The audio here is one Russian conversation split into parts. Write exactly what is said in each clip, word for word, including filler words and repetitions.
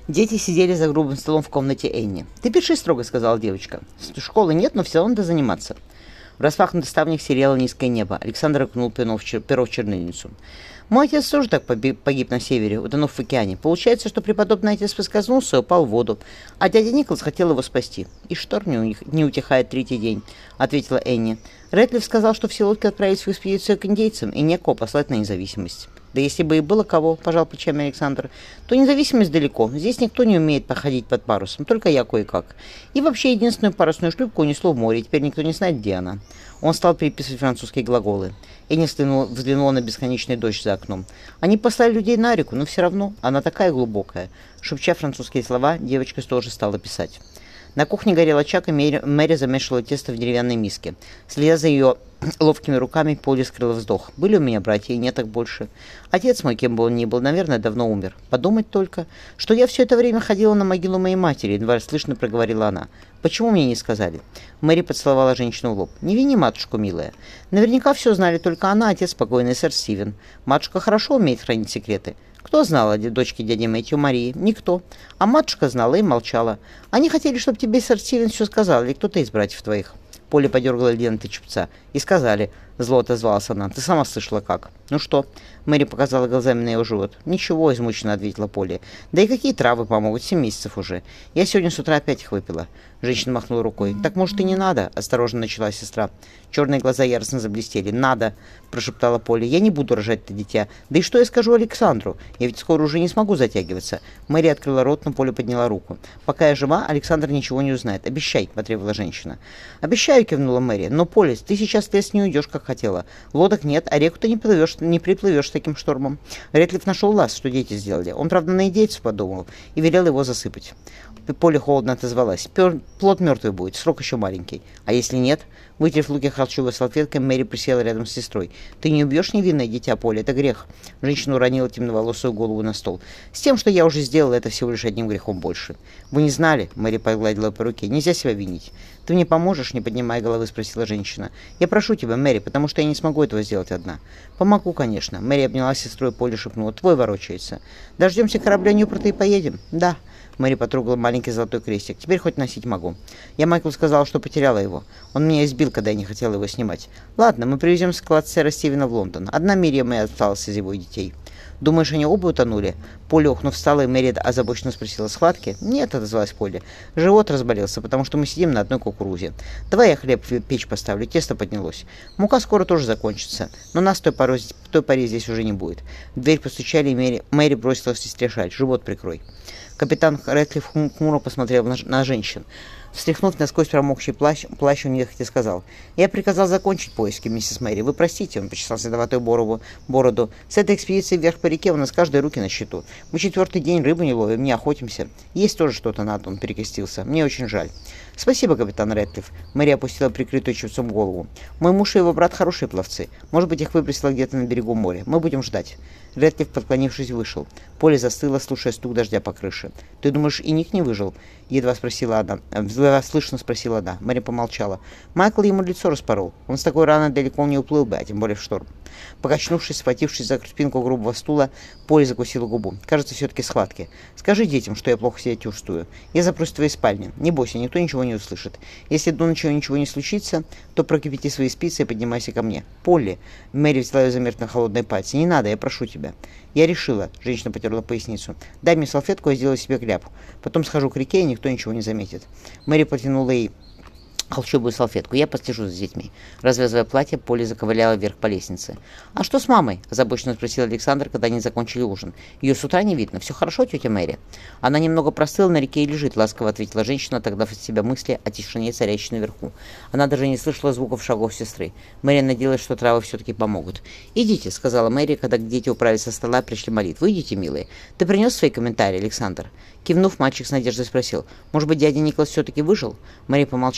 Дети сидели за грубым столом в комнате Энни. «Ты пиши строго», — сказала девочка. «Школы нет, но все равно надо заниматься». В распахнутых ставнях серело низкое небо. Александр окунул перо в, чер... перо в чернильницу. «Мой отец тоже так погиб на севере, утонув в океане. Получается, что преподобный отец поскользнулся и упал в воду, а дядя Николас хотел его спасти. И шторм не, не утихает третий день», — ответила Энни. «Рэдклифф сказал, что все лодки отправились в экспедицию к индейцам, и некого послать на независимость». «Да если бы и было кого», — пожал плечами Александр, — «то независимость далеко. Здесь никто не умеет походить под парусом, только я кое-как. И вообще единственную парусную шлюпку унесло в море, и теперь никто не знает, где она». Он стал переписывать французские глаголы. Энни взглянула, взглянула на бесконечный дождь за окном. «Они послали людей на реку, но все равно она такая глубокая». Шепча французские слова, девочка тоже стала писать. На кухне горел очаг, и Мэри, Мэри замешивала тесто в деревянной миске. Следя за ее ловкими руками, Полли скрыла вздох. «Были у меня братья, и нет так больше. Отец мой, кем бы он ни был, наверное, давно умер. Подумать только, что я все это время ходила на могилу моей матери», — едва слышно проговорила она. «Почему мне не сказали?» Мэри поцеловала женщину в лоб. «Не вини матушку, милая. Наверняка все знали только она, отец покойный, сэр Стивен. Матушка хорошо умеет хранить секреты. Кто знал о дочке дяди Мэтью Марии? Никто. А матушка знала и молчала. Они хотели, чтобы тебе сэр Стивен все сказал, или кто-то из братьев твоих». Полли подергала ленты чепца. «И сказали», — зло отозвалась она. «Ты сама слышала как». «Ну что?» — Мэри показала глазами на его живот. «Ничего», — измученно ответила Полли. «Да и какие травы помогут? Семь месяцев уже. Я сегодня с утра опять их выпила». Женщина махнула рукой. «Так, может, и не надо?» — осторожно начала сестра. Черные глаза яростно заблестели. «Надо!» — прошептала Полли. «Я не буду рожать это дитя. Да и что я скажу Александру? Я ведь скоро уже не смогу затягиваться». Мэри открыла рот, но Полли подняла руку. «Пока я жива, Александр ничего не узнает. Обещай!» — потребовала женщина. «Обещаю!» — кивнула Мэри. «Но, Полли, ты сейчас в лес не уйдешь, как хотела. Лодок нет, а реку ты не плывешь, не приплывешь с таким штормом. Рэдклифф нашел лаз, что дети сделали. Он, правда, на индейцев подумал и велел его засыпать». Полли холодно отозвалась. «Плод мертвый будет, срок еще маленький. А если нет?» Вытерев луки холщовой салфеткой, Мэри присела рядом с сестрой. «Ты не убьешь невинное дитя, Полли, это грех». Женщина уронила темноволосую голову на стол. «С тем, что я уже сделала, это всего лишь одним грехом больше». «Вы не знали?» — Мэри погладила по руке. «Нельзя себя винить». «Ты мне поможешь?» — не поднимая головы, спросила женщина. «Я прошу тебя, Мэри, потому что я не смогу этого сделать одна». «Помогу, конечно». Мэри обняла сестру, и Полли шепнула. «Твой ворочается». «Дождемся корабля Ньюпорта и поедем?» «Да». Мэри потрогала маленький золотой крестик. «Теперь хоть носить могу. Я Майклу сказала, что потеряла его. Он меня избил, когда я не хотела его снимать. Ладно, мы привезем склад сэра Стивена в Лондон. Одна Мириам и осталась из его детей». «Думаешь, они оба утонули?» Полли, охнув, встала, и Мэри озабоченно спросила: «Схватки?» «Нет», — отозвалась Полли. «Живот разболелся, потому что мы сидим на одной кукурузе. Давай я хлеб в печь поставлю, тесто поднялось. Мука скоро тоже закончится, но нас в той, порой, в той паре здесь уже не будет». В дверь постучали, и Мэри, Мэри бросила сестре шаль. «Живот прикрой». Капитан Рэдклифф хмуро посмотрел на, на женщин. Встряхнув насквозь промокший плащ, плащ он нехотя сказал: «Я приказал закончить поиски, миссис Мэри. Вы простите», — он почесал седоватую бороду, бороду. «С этой экспедицией вверх по реке у нас каждой руки на счету. Мы четвертый день рыбу не ловим, не охотимся. Есть тоже что-то надо», — он перекрестился. «Мне очень жаль». «Спасибо, капитан Рэдклифф». Мэри опустила прикрытую чепцом голову. «Мой муж и его брат хорошие пловцы. Может быть, их выбросило где-то на берегу моря. Мы будем ждать». Рэдклифф, подклонившись, вышел. Полли застыла, слушая стук дождя по крыше. «Ты думаешь, и Ник не выжил?» — едва спросила она. Едва слышно спросила она. Мэри помолчала. «Майкл ему лицо распорол. Он с такой раной далеко не уплыл бы, а тем более в шторм». Покачнувшись, схватившись за спинку грубого стула, Полли закусила губу. «Кажется, все-таки схватки. Скажи детям, что я плохо себя чувствую. Я запрусь в твоей спальне. Не бойся, никто ничего не услышит. Если до ночи ничего не случится, то прокипяти свои спицы и поднимайся ко мне». «Полли!» — Мэри взяла ее за мертвенно-холодные пальцы. «Не надо, я прошу тебя». «Я решила», — женщина потерла поясницу. «Дай мне салфетку, я сделаю себе кляп. Потом схожу к реке, и никто ничего не заметит». Мэри протянула ей холщовую салфетку. «Я послежу за детьми». Развязывая платье, Полли заковыляла вверх по лестнице. «А что с мамой?» – озабоченно спросил Александр, когда они закончили ужин. «Ее с утра не видно. Все хорошо, тетя Мэри?» «Она немного простыла на реке и лежит», – ласково ответила женщина, отогнав от себя мысли о тишине, царящей наверху. Она даже не слышала звуков шагов сестры. Мэри надеялась, что травы все-таки помогут. «Идите», – сказала Мэри, когда дети управились со стола, пришли молитву. «Идите, милые. Ты принес свои комментарии, Александр?» Кивнув, мальчик с надеждой спросил: «Может быть, дядя Николас все-таки выжил?» Мэри помолчала.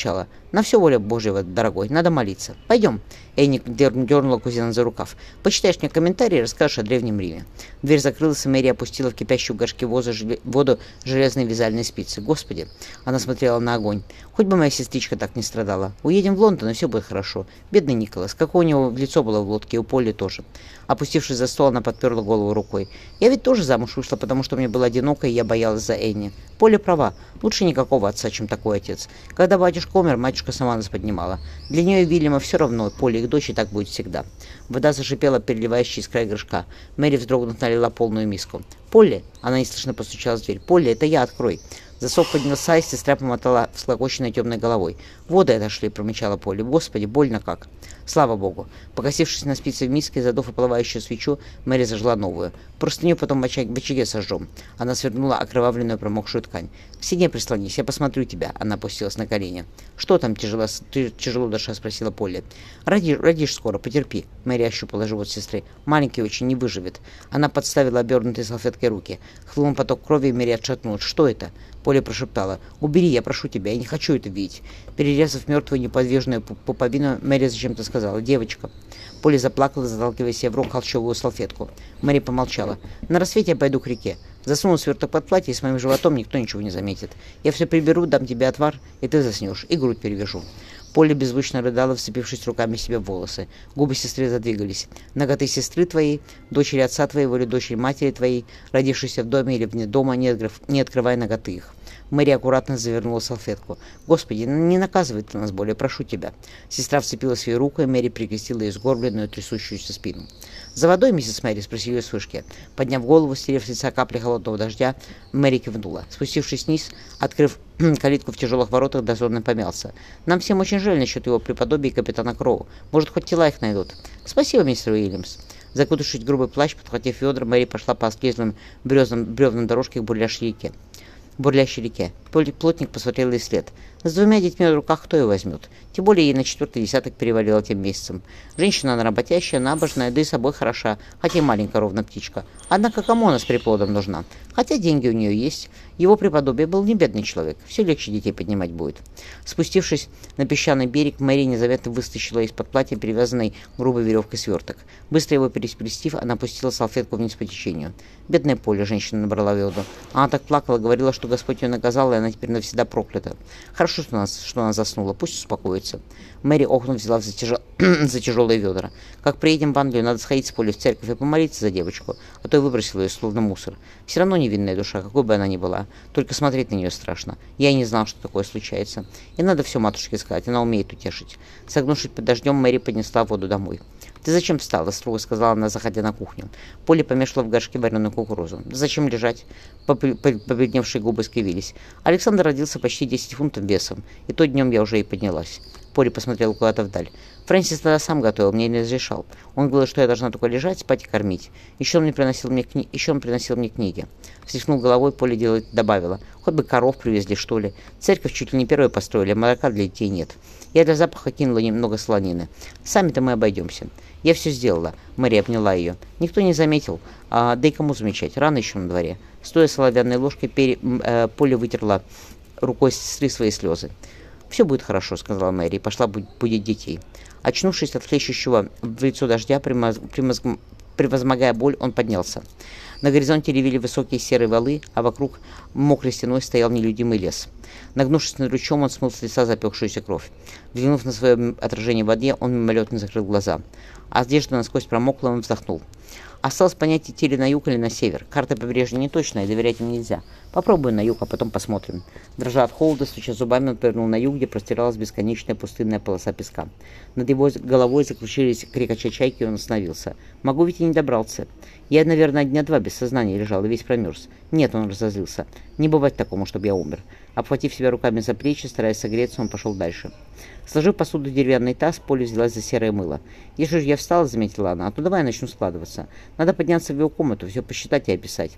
На все воля Божьего, дорогой, надо молиться. Пойдем. Энни дернула кузена за рукав. Почитаешь мне комментарии и расскажешь о Древнем Риме. Дверь закрылась, и Мэри опустила в кипящую в горшке воду железные вязальные спицы. Господи! Она смотрела на огонь. Хоть бы моя сестричка так не страдала. Уедем в Лондон, и все будет хорошо. Бедный Николас. Какое у него лицо было в лодке, и у Полли тоже. Опустившись за стол, она подперла голову рукой. Я ведь тоже замуж вышла, потому что мне было одиноко, и я боялась за Энни. Полли права. Лучше никакого отца, чем такой отец. Когда батюшка умер, матушка сама нас поднимала. Для нее и Вильяма все равно, Полли их дочь, и так будет всегда. Вода зашипела, переливаясь через край горшка. Мэри, вздрогнув, налила полную миску. «Полли!» — она неслышно постучалась в дверь. «Полли, это я, открой!» Засов поднялся, и сестра помотала всклокоченной темной головой. «Воды отошли!» — промычала Полли. «Господи, больно как!» Слава богу! Покосившись на спицы в миске, задув оплывающую свечу, Мэри зажгла новую. «Простыню потом в очаге, в очаге сожжем». Она свернула окровавленную промокшую ткань. «К стене прислонись, я посмотрю тебя». Она опустилась на колени. «Что там тяжело, ты, тяжело душа?» — спросила Полли. Роди, «Родишь скоро, потерпи». Мэри ощупала живот сестры. «Маленький очень, не выживет». Она подставила обернутые салфеткой руки. Хлынул поток крови, и Мэри отшатнулась. «Что это?» Полли прошептала. «Убери, я прошу тебя, я не хочу это видеть». Перерезав мертвую неподвижную пуповину, Мэри зачем-то сказала: «Девочка». Полли заплакала, заталкивая себе в рот холщовую салфетку. Мэри помолчала. «На рассвете я пойду к реке. Засуну сверток под платье, и с моим животом никто ничего не заметит. Я все приберу, дам тебе отвар, и ты заснешь, и грудь перевяжу». Полли беззвучно рыдала, вцепившись руками себе в волосы. Губы сестры задвигались. «Ноготы сестры твоей, дочери отца твоего или дочери матери твоей, родившейся в доме или вне дома, не, открыв, не открывай ноготы их». Мэри аккуратно завернула салфетку. «Господи, не наказывай ты нас более, прошу тебя». Сестра вцепилась в ее руку, и Мэри прикрестила ее сгорбленную, трясущуюся спину. «За водой, миссис Мэри?» — спросил ее с вышки. Подняв голову, стерев с лица капли холодного дождя, Мэри кивнула. Спустившись вниз, открыв калитку в тяжелых воротах, дозорный помялся. «Нам всем очень жаль насчет его преподобия и капитана Кроу. Может, хоть тела их найдут?» «Спасибо, мистер Уильямс». Закутавшись в грубый плащ, подхватив ведра, Мэри пошла по осклизлым бревнам дорожке к бурлящей реке. бурлящей реке. Плотник посмотрел ей вслед. С двумя детьми на руках кто ее возьмет? Тем более ей на четвертый десяток перевалила тем месяцем. Женщина она работящая, набожная, да и собой хороша, хотя и маленькая ровно птичка. Однако кому она с приплодом нужна? Хотя деньги у нее есть. Его преподобие был не бедный человек, все легче детей поднимать будет. Спустившись на песчаный берег, Мэри незаметно выстащила из-под платья перевязанной грубой веревкой сверток. Быстро его перескрестив, она опустила салфетку вниз по течению. Бедное Поле, женщина набрала воду. Она так плакала, говорила, что Господь ее наказал, и она теперь навсегда проклята. Хорошо, что она, что она заснула, пусть успокоится. Мэри, охнув, взяла за, тяжел... за тяжелые ведра. Как приедем в Англию, надо сходить с Полей в церковь и помолиться за девочку, а то и выбросила ее словно мусор. Все равно невинная душа, какой бы она ни была. Только смотреть на нее страшно. Я и не знал, что такое случается. И надо все матушке сказать, она умеет утешить. Согнувшись под дождем, Мэри поднесла воду домой. «Ты зачем встала?» — строго сказала она, заходя на кухню. Поле помешала в горшке вареную кукурузу. «Зачем лежать?» Побледневшие губы скривились. «Александр родился почти десять фунтов весом, и то днем я уже и поднялась». Поле посмотрел куда-то вдаль. «Фрэнсис тогда сам готовил, мне не разрешал. Он говорил, что я должна только лежать, спать и кормить. Еще он, мне приносил, мне кни... Еще он приносил мне книги». Встряхнув головой, Поле делать добавила. «Хоть бы коров привезли, что ли. Церковь чуть ли не первую построили, а молока для детей нет. Я для запаха кинула немного солонины. Сами-то мы обойдемся». «Я все сделала», — Мэри обняла ее. «Никто не заметил. А, да и кому замечать? Рано еще на дворе». Стоя с оловянной ложкой, пере... э, Поле вытерла рукой сестры свои слезы. «Все будет хорошо», — сказала Мэри, и пошла будить детей. Очнувшись от хлещущего в лицо дождя, примоз... Примоз... превозмогая боль, он поднялся. На горизонте ревели высокие серые валы, а вокруг мокрой стеной стоял нелюдимый лес. Нагнувшись над ручьем, он смыл с лица запекшуюся кровь. Взглянув на свое отражение в воде, он мимолетно закрыл глаза. Одежда насквозь промокла, он вздохнул. Осталось понять, идти ли на юг или на север. Карта побережья не точная, и доверять им нельзя. Попробую на юг, а потом посмотрим. Дрожа от холода, стуча зубами, он повернул на юг, где простиралась бесконечная пустынная полоса песка. Над его головой закружились крикача чайки, и он остановился. «Могу ведь и не добрался. Я, наверное, дня два без сознания лежал и весь промерз». «Нет», — он разозлился. «Не бывать такому, чтобы я умер». Обхватив себя руками за плечи, стараясь согреться, он пошел дальше. Сложив посуду в деревянный таз, Поле взялась за серое мыло. «Если же я встала», — заметила она, — «а то давай я начну складываться. Надо подняться в его комнату, все посчитать и описать».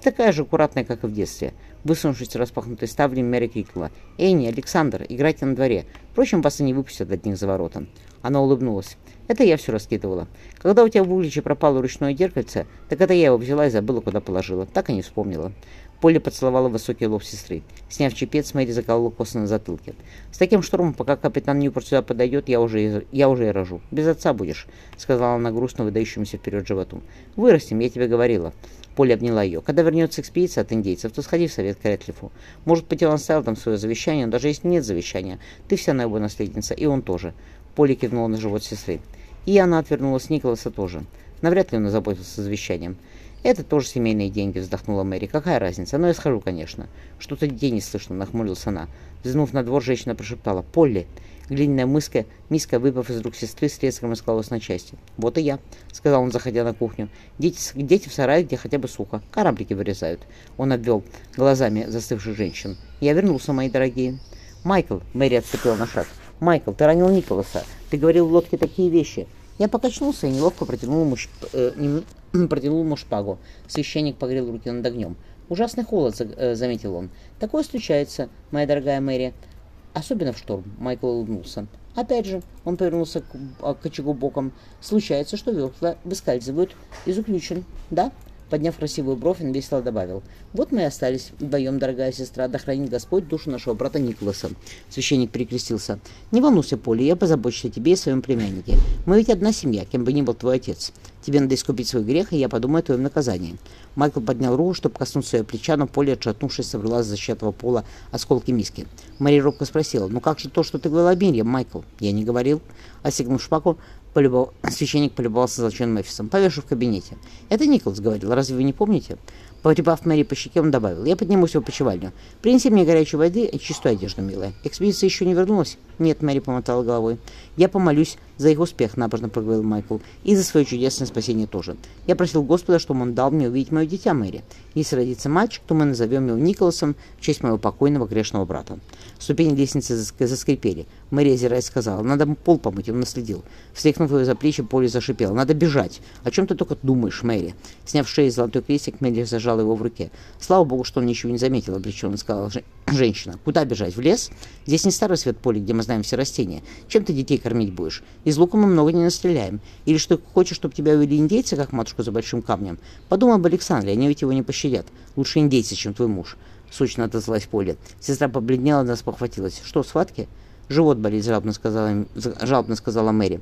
такая же аккуратная, как и в детстве. Высунувшись в распахнутой ставни, Мэри крикнула: «Энни, Александр, играйте на дворе. Впрочем, вас и не выпустят от них за ворота». Она улыбнулась. «Это я все раскидывала. Когда у тебя в Угличе пропало ручное зеркальце, так это я его взяла и забыла, куда положила. Так и не вспомнила». Полли поцеловала высокий лоб сестры. Сняв чепец, Мэри заколола косы на затылке. «С таким штормом, пока капитан Ньюпорт сюда подойдет, я уже, я уже и рожу. Без отца будешь», — сказала она грустно выдающемуся вперед животу. «Вырастем, я тебе говорила». Полли обняла ее. «Когда вернется экспедиция от индейцев, то сходи в совет к Рэтлифу. Может быть, он оставил там свое завещание, но даже если нет завещания, ты вся на его наследница, и он тоже». Полли кивнула на живот сестры. И она отвернулась, Николаса тоже. Навряд ли он озаботился завещанием. «Это тоже семейные деньги», — вздохнула Мэри. «Какая разница? Но я схожу, конечно». «Что-то детей не слышно», — нахмурилась она. Взглянув на двор, женщина прошептала: «Полли!» Глиняная миска, миска, выпав из рук сестры, с треском раскололась на части. «Вот и я», — сказал он, заходя на кухню. «Дети, дети в сарае, где хотя бы сухо. Кораблики вырезают». Он обвел глазами застывших женщин. «Я вернулся, мои дорогие». «Майкл», — Мэри отступила на шаг. «Майкл, ты ранил Николаса. Ты говорил в лодке такие вещи». Я покачнулся и неловко протянул ему, э, не, протянул ему шпагу. Священник погрел руки над огнем. «Ужасный холод», — заметил он. «Такое случается, моя дорогая Мэри. Особенно в шторм», — Майкл улыбнулся. «Опять же», — он повернулся к, к очагу боком, — «случается, что весла выскальзывают из уключен, да?» Подняв красивую бровь, он весело добавил: «Вот мы и остались вдвоем, дорогая сестра, да хранит Господь душу нашего брата Николаса». Священник перекрестился. «Не волнуйся, Полли, я позабочусь о тебе и своем племяннике. Мы ведь одна семья, кем бы ни был твой отец. Тебе надо искупить свой грех, и я подумаю о твоем наказании». Майкл поднял руку, чтобы коснуться ее плеча, но Полли, отшатнувшись, собрала с защитного пола осколки миски. Мэри робко спросила: «Ну как же то, что ты говорил о Мирьям, Майкл?» «Я не говорил». Осигнув шпагу, полюбов... священник полюбовался золоченым Эфисом. «Повешу в кабинете». «Это Николас говорил, разве вы не помните?» Потрепав Мэри по щеке, он добавил: «Я поднимусь в опочивальню. Принеси мне горячей воды и чистую одежду, милая». «Экспедиция еще не вернулась?» «Нет», — Мэри помотала головой. «Я помолюсь за их успех», — набожно проговорил Майкл. «И за свое чудесное спасение тоже. Я просил Господа, чтобы он дал мне увидеть мое дитя, Мэри. Если родится мальчик, то мы назовем его Николасом в честь моего покойного грешного брата». Ступени лестницы заскрипели. Мэри, озираясь, сказала: «Надо пол помыть», — он наследил. Встряхнув ее за плечи, Полли зашипела: «Надо бежать». «О чем ты только думаешь, Мэри?» Сняв с шеи золотой крестик, Мэри зажала его в руке. «Слава богу, что он ничего не заметил», — облегченно сказала женщина. «Куда бежать? В лес? Здесь не старый свет, Полли, где мы знаем все растения. Чем ты детей кормить будешь? Из лука мы много не настреляем. Или что, хочешь, чтобы тебя увели индейцы, как матушку за большим камнем? Подумай об Александре, они ведь его не пощадят. Лучше индейцы, чем твой муж». Сочно отозвалась Полли. Сестра побледнела, нас похватилась. «Что, схватки?» «Живот болит», — жалобно сказала, жалобно сказала Мэри.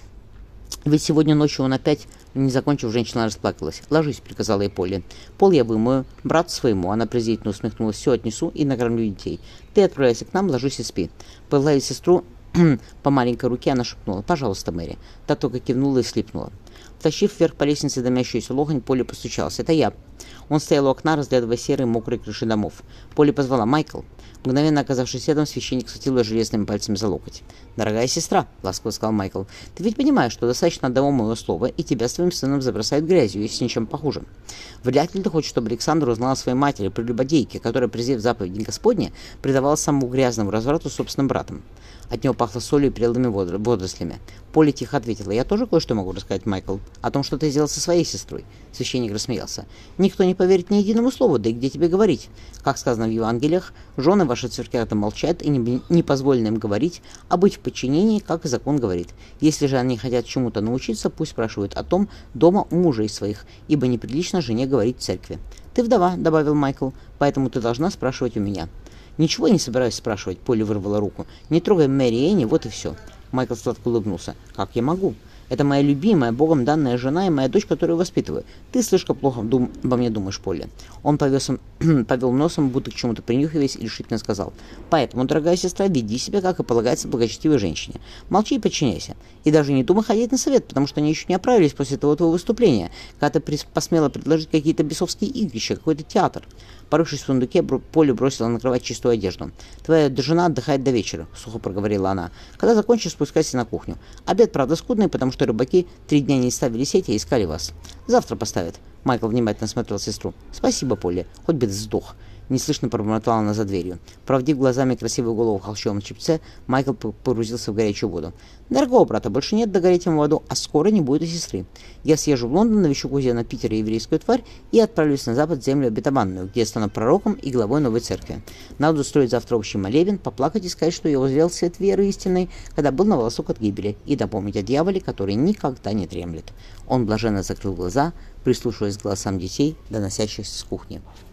«Ведь сегодня ночью он опять...» Не закончив, женщина расплакалась. «Ложись», — приказала ей Полли. «Пол я вымою, брат своему». Она презрительно усмехнулась. «Все отнесу и накормлю детей. Ты отправляйся к нам, ложись и спи». Погладив сестру по маленькой руке, она шепнула: «Пожалуйста, Мэри». Та только кивнула и слипнула. Втащив вверх по лестнице дымящуюся лохань, Полли постучался. «Это я». Он стоял у окна, разглядывая серые мокрые крыши домов. Полли позвала: «Майкл». Мгновенно оказавшись рядом, священник схватил ее железными пальцами за локоть. «Дорогая сестра», — ласково сказал Майкл, — «ты ведь понимаешь, что достаточно одного моего слова, и тебя с твоим сыном забросают грязью, если ничем похуже. Вряд ли ты хочешь, чтобы Александр узнал о своей матери, прелюбодейке, которая, презрев заповеди Господня, предавала самому грязному разврату собственным братом». От него пахло солью и прелыми водорослями. Полли тихо ответила: «Я тоже кое-что могу рассказать, Майкл, о том, что ты сделал со своей сестрой». Священник рассмеялся. «Никто не поверит ни единому слову, да и где тебе говорить? Как сказано в Евангелиях, жены ваши церквята молчат, и не, не позволено им говорить, а быть в подчинении, как и закон говорит. Если же они хотят чему-то научиться, пусть спрашивают о том дома у мужей своих, ибо неприлично жене говорить в церкви». «Ты вдова», — добавил Майкл, — «поэтому ты должна спрашивать у меня». «Ничего я не собираюсь спрашивать», — Полли вырвала руку. «Не трогай Мэри и Энни, вот и все». Майкл сладко улыбнулся. «Как я могу? Это моя любимая, Богом данная жена и моя дочь, которую воспитываю. Ты слишком плохо дум... обо мне думаешь, Полли». Он повез... повел носом, будто к чему-то принюхиваясь, и решительно сказал: «Поэтому, дорогая сестра, веди себя, как и полагается благочестивой женщине. Молчи и подчиняйся. И даже не думай ходить на совет, потому что они еще не оправились после того твоего выступления, когда ты посмела предложить какие-то бесовские игрища, какой-то театр». Порывшись в сундуке, Полли бросила на кровать чистую одежду. «Твоя жена отдыхает до вечера», — сухо проговорила она. «Когда закончишь, спускайся на кухню. Обед, правда, скудный, потому что рыбаки три дня не ставили сети и искали вас. Завтра поставят. Майкл внимательно смотрел сестру. «Спасибо, Полли, хоть бы ты сдох». Неслышно пробормотала она за дверью. Проводив глазами красивую голову в холщовом чепце, Майкл погрузился в горячую воду. «Дорогого брата, больше нет догореть ему в аду, а скоро не будет и сестры. Я съезжу в Лондон, навещу кузена Питера еврейскую тварь и отправлюсь на запад в землю обетованную, где я стану пророком и главой новой церкви. Надо устроить завтра общий молебен, поплакать и сказать, что я узрел свет веры истинной, когда был на волосок от гибели, и напомнить о дьяволе, который никогда не дремлет». Он блаженно закрыл глаза, прислушиваясь к голосам детей, доносящихся с кухни.